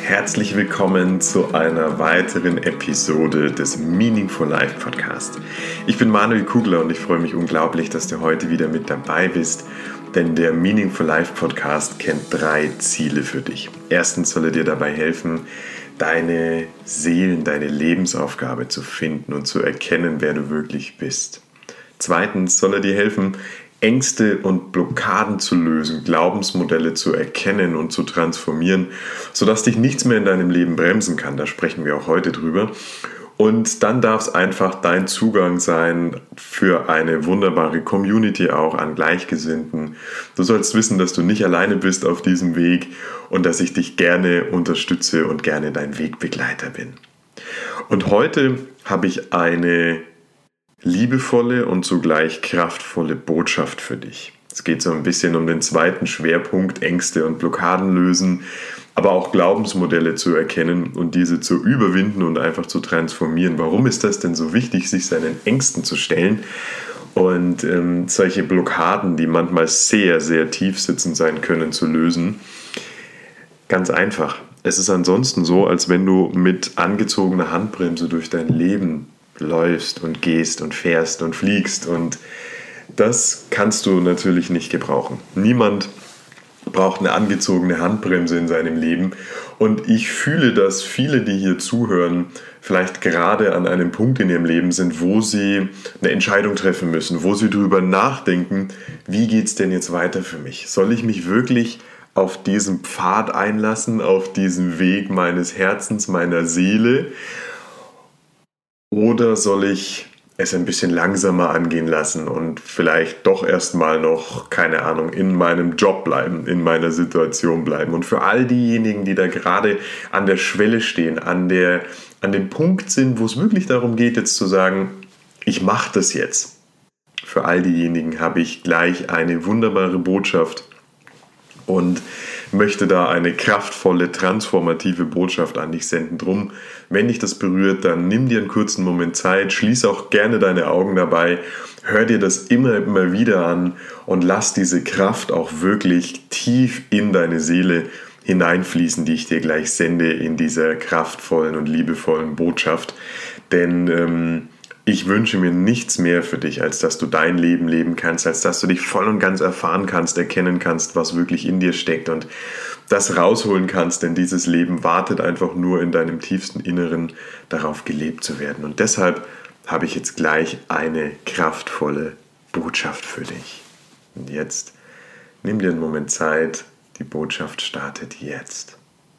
herzlich willkommen zu einer weiteren Episode des Meaningful Life Podcast. Ich bin Manuel Kugler und ich freue mich unglaublich, dass du heute wieder mit dabei bist, denn der Meaningful Life Podcast kennt 3 Ziele für dich. Erstens soll er dir dabei helfen, deine Lebensaufgabe zu finden und zu erkennen, wer du wirklich bist. Zweitens soll er dir helfen, Ängste und Blockaden zu lösen, Glaubensmodelle zu erkennen und zu transformieren, sodass dich nichts mehr in deinem Leben bremsen kann. Da sprechen wir auch heute drüber. Und dann darf es einfach dein Zugang sein für eine wunderbare Community auch an Gleichgesinnten. Du sollst wissen, dass du nicht alleine bist auf diesem Weg und dass ich dich gerne unterstütze und gerne dein Wegbegleiter bin. Und heute habe ich eine liebevolle und zugleich kraftvolle Botschaft für dich. Es geht so ein bisschen um den zweiten Schwerpunkt, Ängste und Blockaden lösen, aber auch Glaubensmodelle zu erkennen und diese zu überwinden und einfach zu transformieren. Warum ist das denn so wichtig, sich seinen Ängsten zu stellen und solche Blockaden, die manchmal sehr, sehr tief sitzend sein können, zu lösen? Ganz einfach. Es ist ansonsten so, als wenn du mit angezogener Handbremse durch dein Leben läufst und gehst und fährst und fliegst, und das kannst du natürlich nicht gebrauchen. Niemand braucht eine angezogene Handbremse in seinem Leben, und ich fühle, dass viele, die hier zuhören, vielleicht gerade an einem Punkt in ihrem Leben sind, wo sie eine Entscheidung treffen müssen, wo sie darüber nachdenken, wie geht es denn jetzt weiter für mich? Soll ich mich wirklich auf diesen Pfad einlassen, auf diesen Weg meines Herzens, meiner Seele? Oder soll ich es ein bisschen langsamer angehen lassen und vielleicht doch erstmal noch, keine Ahnung, in meinem Job bleiben, in meiner Situation bleiben? Und für all diejenigen, die da gerade an der Schwelle stehen, an dem Punkt sind, wo es wirklich darum geht, jetzt zu sagen, ich mache das jetzt. Für all diejenigen habe ich gleich eine wunderbare Botschaft und möchte da eine kraftvolle, transformative Botschaft an dich senden. Drum, wenn dich das berührt, dann nimm dir einen kurzen Moment Zeit, schließ auch gerne deine Augen dabei, hör dir das immer wieder an und lass diese Kraft auch wirklich tief in deine Seele hineinfließen, die ich dir gleich sende in dieser kraftvollen und liebevollen Botschaft. Denn ich wünsche mir nichts mehr für dich, als dass du dein Leben leben kannst, als dass du dich voll und ganz erfahren kannst, erkennen kannst, was wirklich in dir steckt und das rausholen kannst, denn dieses Leben wartet einfach nur in deinem tiefsten Inneren darauf, gelebt zu werden. Und deshalb habe ich jetzt gleich eine kraftvolle Botschaft für dich. Und jetzt nimm dir einen Moment Zeit, die Botschaft startet jetzt.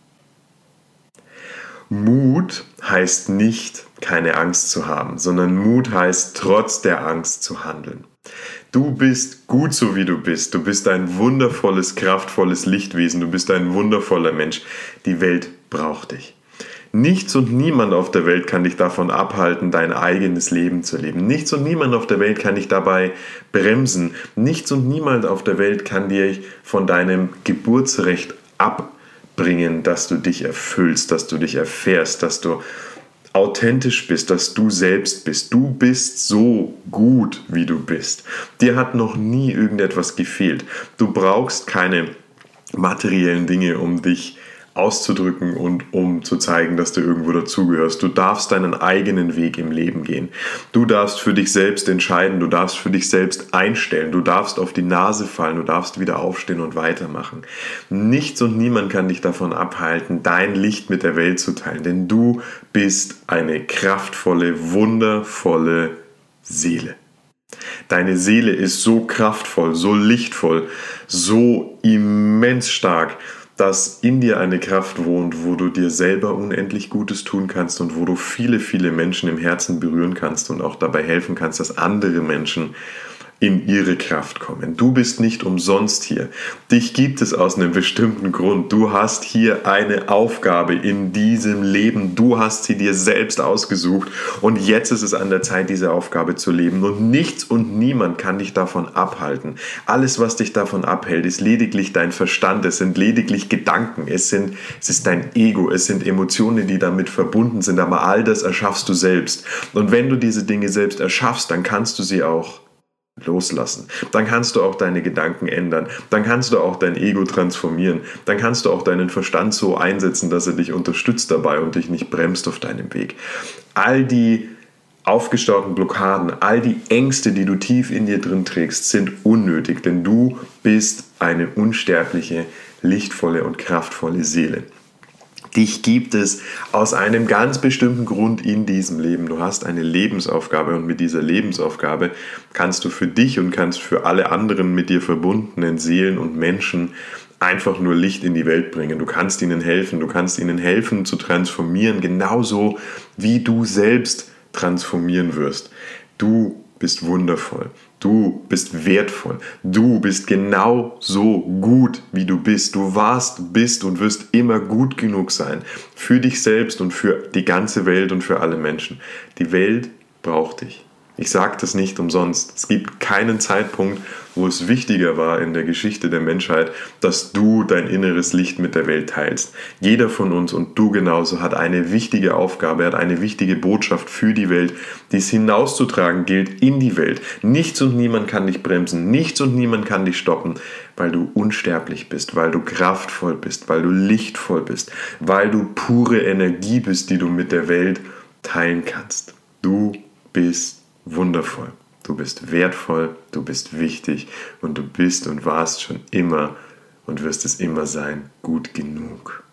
Mut heißt nicht, keine Angst zu haben, sondern Mut heißt, trotz der Angst zu handeln. Du bist gut so, wie du bist. Du bist ein wundervolles, kraftvolles Lichtwesen. Du bist ein wundervoller Mensch. Die Welt braucht dich. Nichts und niemand auf der Welt kann dich davon abhalten, dein eigenes Leben zu leben. Nichts und niemand auf der Welt kann dich dabei bremsen. Nichts und niemand auf der Welt kann dir von deinem Geburtsrecht abbringen, dass du dich erfüllst, dass du dich erfährst, dass du authentisch bist, dass du selbst bist. Du bist so gut, wie du bist. Dir hat noch nie irgendetwas gefehlt. Du brauchst keine materiellen Dinge, um dich auszudrücken und um zu zeigen, dass du irgendwo dazugehörst. Du darfst deinen eigenen Weg im Leben gehen. Du darfst für dich selbst entscheiden. Du darfst für dich selbst einstellen. Du darfst auf die Nase fallen. Du darfst wieder aufstehen und weitermachen. Nichts und niemand kann dich davon abhalten, dein Licht mit der Welt zu teilen. Denn du bist eine kraftvolle, wundervolle Seele. Deine Seele ist so kraftvoll, so lichtvoll, so immens stark, dass in dir eine Kraft wohnt, wo du dir selber unendlich Gutes tun kannst und wo du viele, viele Menschen im Herzen berühren kannst und auch dabei helfen kannst, dass andere Menschen in ihre Kraft kommen. Du bist nicht umsonst hier. Dich gibt es aus einem bestimmten Grund. Du hast hier eine Aufgabe in diesem Leben. Du hast sie dir selbst ausgesucht und jetzt ist es an der Zeit, diese Aufgabe zu leben. Und nichts und niemand kann dich davon abhalten. Alles, was dich davon abhält, ist lediglich dein Verstand. Es sind lediglich Gedanken. Es ist dein Ego. Es sind Emotionen, die damit verbunden sind. Aber all das erschaffst du selbst. Und wenn du diese Dinge selbst erschaffst, dann kannst du sie auch loslassen. Dann kannst du auch deine Gedanken ändern. Dann kannst du auch dein Ego transformieren. Dann kannst du auch deinen Verstand so einsetzen, dass er dich unterstützt dabei und dich nicht bremst auf deinem Weg. All die aufgestauten Blockaden, all die Ängste, die du tief in dir drin trägst, sind unnötig, denn du bist eine unsterbliche, lichtvolle und kraftvolle Seele. Dich gibt es aus einem ganz bestimmten Grund in diesem Leben. Du hast eine Lebensaufgabe und mit dieser Lebensaufgabe kannst du für dich und kannst für alle anderen mit dir verbundenen Seelen und Menschen einfach nur Licht in die Welt bringen. Du kannst ihnen helfen zu transformieren, genauso wie du selbst transformieren wirst. Du bist wundervoll. Du bist wertvoll. Du bist genau so gut, wie du bist. Du warst, bist und wirst immer gut genug sein. Für dich selbst und für die ganze Welt und für alle Menschen. Die Welt braucht dich. Ich sage das nicht umsonst. Es gibt keinen Zeitpunkt, wo es wichtiger war in der Geschichte der Menschheit, dass du dein inneres Licht mit der Welt teilst. Jeder von uns und du genauso hat eine wichtige Aufgabe, hat eine wichtige Botschaft für die Welt, die es hinauszutragen gilt in die Welt. Nichts und niemand kann dich bremsen, nichts und niemand kann dich stoppen, weil du unsterblich bist, weil du kraftvoll bist, weil du lichtvoll bist, weil du pure Energie bist, die du mit der Welt teilen kannst. Du bist wundervoll. Du bist wertvoll, du bist wichtig und du bist und warst schon immer und wirst es immer sein, gut genug.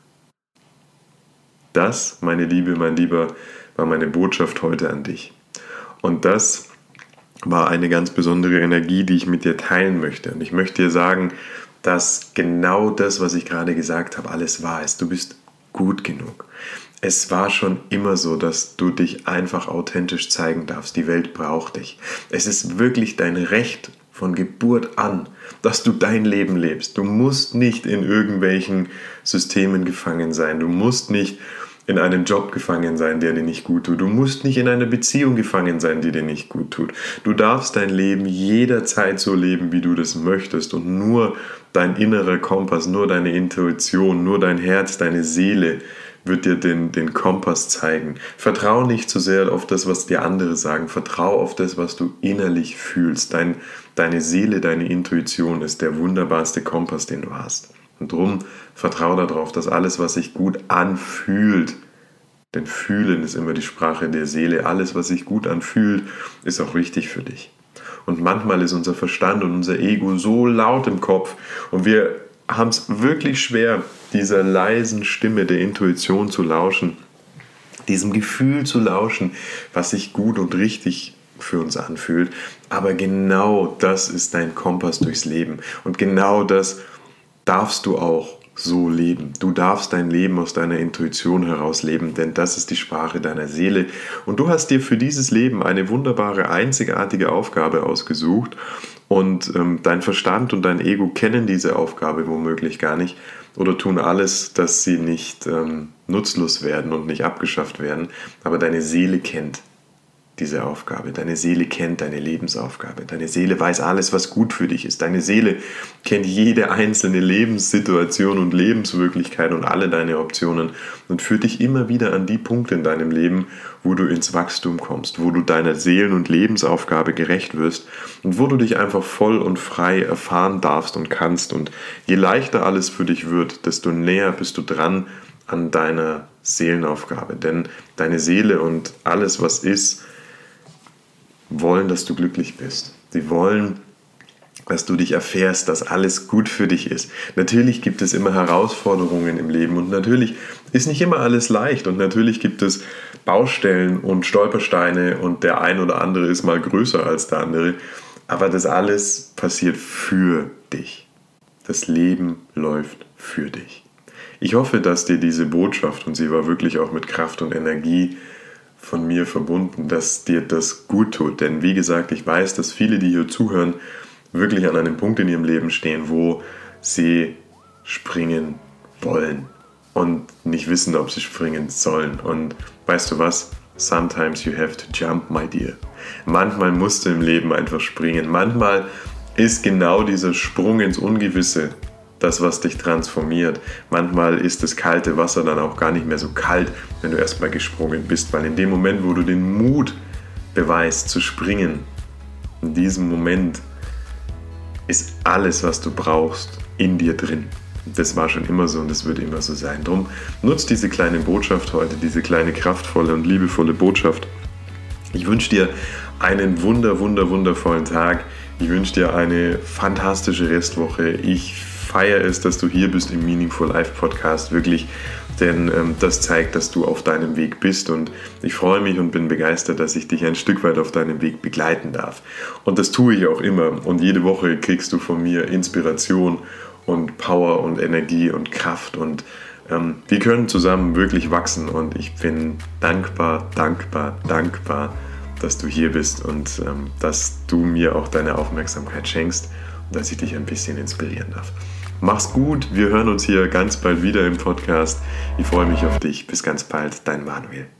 Das, meine Liebe, mein Lieber, war meine Botschaft heute an dich. Und das war eine ganz besondere Energie, die ich mit dir teilen möchte. Und ich möchte dir sagen, dass genau das, was ich gerade gesagt habe, alles wahr ist. Du bist gut genug. Es war schon immer so, dass du dich einfach authentisch zeigen darfst. Die Welt braucht dich. Es ist wirklich dein Recht von Geburt an, dass du dein Leben lebst. Du musst nicht in irgendwelchen Systemen gefangen sein. Du musst nicht in einem Job gefangen sein, der dir nicht gut tut. Du musst nicht in einer Beziehung gefangen sein, die dir nicht gut tut. Du darfst dein Leben jederzeit so leben, wie du das möchtest. Und nur dein innerer Kompass, nur deine Intuition, nur dein Herz, deine Seele wird dir den Kompass zeigen. Vertrau nicht zu sehr auf das, was dir andere sagen. Vertrau auf das, was du innerlich fühlst. Deine Seele, deine Intuition ist der wunderbarste Kompass, den du hast. Und darum vertrau darauf, dass alles, was sich gut anfühlt, denn Fühlen ist immer die Sprache der Seele, alles, was sich gut anfühlt, ist auch richtig für dich. Und manchmal ist unser Verstand und unser Ego so laut im Kopf und wir haben es wirklich schwer, dieser leisen Stimme der Intuition zu lauschen, diesem Gefühl zu lauschen, was sich gut und richtig für uns anfühlt. Aber genau das ist dein Kompass durchs Leben. Und genau das darfst du auch so leben. Du darfst dein Leben aus deiner Intuition heraus leben, denn das ist die Sprache deiner Seele. Und du hast dir für dieses Leben eine wunderbare, einzigartige Aufgabe ausgesucht. Und dein Verstand und dein Ego kennen diese Aufgabe womöglich gar nicht oder tun alles, dass sie nicht nutzlos werden und nicht abgeschafft werden. Aber deine Seele kennt diese Aufgabe. Deine Seele kennt deine Lebensaufgabe. Deine Seele weiß alles, was gut für dich ist. Deine Seele kennt jede einzelne Lebenssituation und Lebenswirklichkeit und alle deine Optionen und führt dich immer wieder an die Punkte in deinem Leben, wo du ins Wachstum kommst, wo du deiner Seelen- und Lebensaufgabe gerecht wirst und wo du dich einfach voll und frei erfahren darfst und kannst. Und je leichter alles für dich wird, desto näher bist du dran an deiner Seelenaufgabe. Denn deine Seele und alles, was ist, wollen, dass du glücklich bist. Sie wollen, dass du dich erfährst, dass alles gut für dich ist. Natürlich gibt es immer Herausforderungen im Leben und natürlich ist nicht immer alles leicht und natürlich gibt es Baustellen und Stolpersteine und der ein oder andere ist mal größer als der andere, aber das alles passiert für dich. Das Leben läuft für dich. Ich hoffe, dass dir diese Botschaft, und sie war wirklich auch mit Kraft und Energie von mir verbunden, dass dir das gut tut. Denn wie gesagt, ich weiß, dass viele, die hier zuhören, wirklich an einem Punkt in ihrem Leben stehen, wo sie springen wollen und nicht wissen, ob sie springen sollen. Und weißt du was? Sometimes you have to jump, my dear. Manchmal musst du im Leben einfach springen. Manchmal ist genau dieser Sprung ins Ungewisse das, was dich transformiert. Manchmal ist das kalte Wasser dann auch gar nicht mehr so kalt, wenn du erstmal gesprungen bist, weil in dem Moment, wo du den Mut beweist zu springen, In diesem Moment ist alles, was du brauchst, in dir drin. Das war schon immer so und das wird immer so sein. Drum nutzt diese kleine Botschaft heute, diese kleine kraftvolle und liebevolle Botschaft. Ich wünsche dir einen wundervollen Tag. Ich wünsche dir eine fantastische Restwoche. Ich feiere es, dass du hier bist im Meaningful Life Podcast, wirklich, denn das zeigt, dass du auf deinem Weg bist und ich freue mich und bin begeistert, dass ich dich ein Stück weit auf deinem Weg begleiten darf. Und das tue ich auch immer und jede Woche kriegst du von mir Inspiration und Power und Energie und Kraft und wir können zusammen wirklich wachsen und ich bin dankbar, dass du hier bist und dass du mir auch deine Aufmerksamkeit schenkst und dass ich dich ein bisschen inspirieren darf. Mach's gut, wir hören uns hier ganz bald wieder im Podcast. Ich freue mich auf dich. Bis ganz bald, dein Manuel.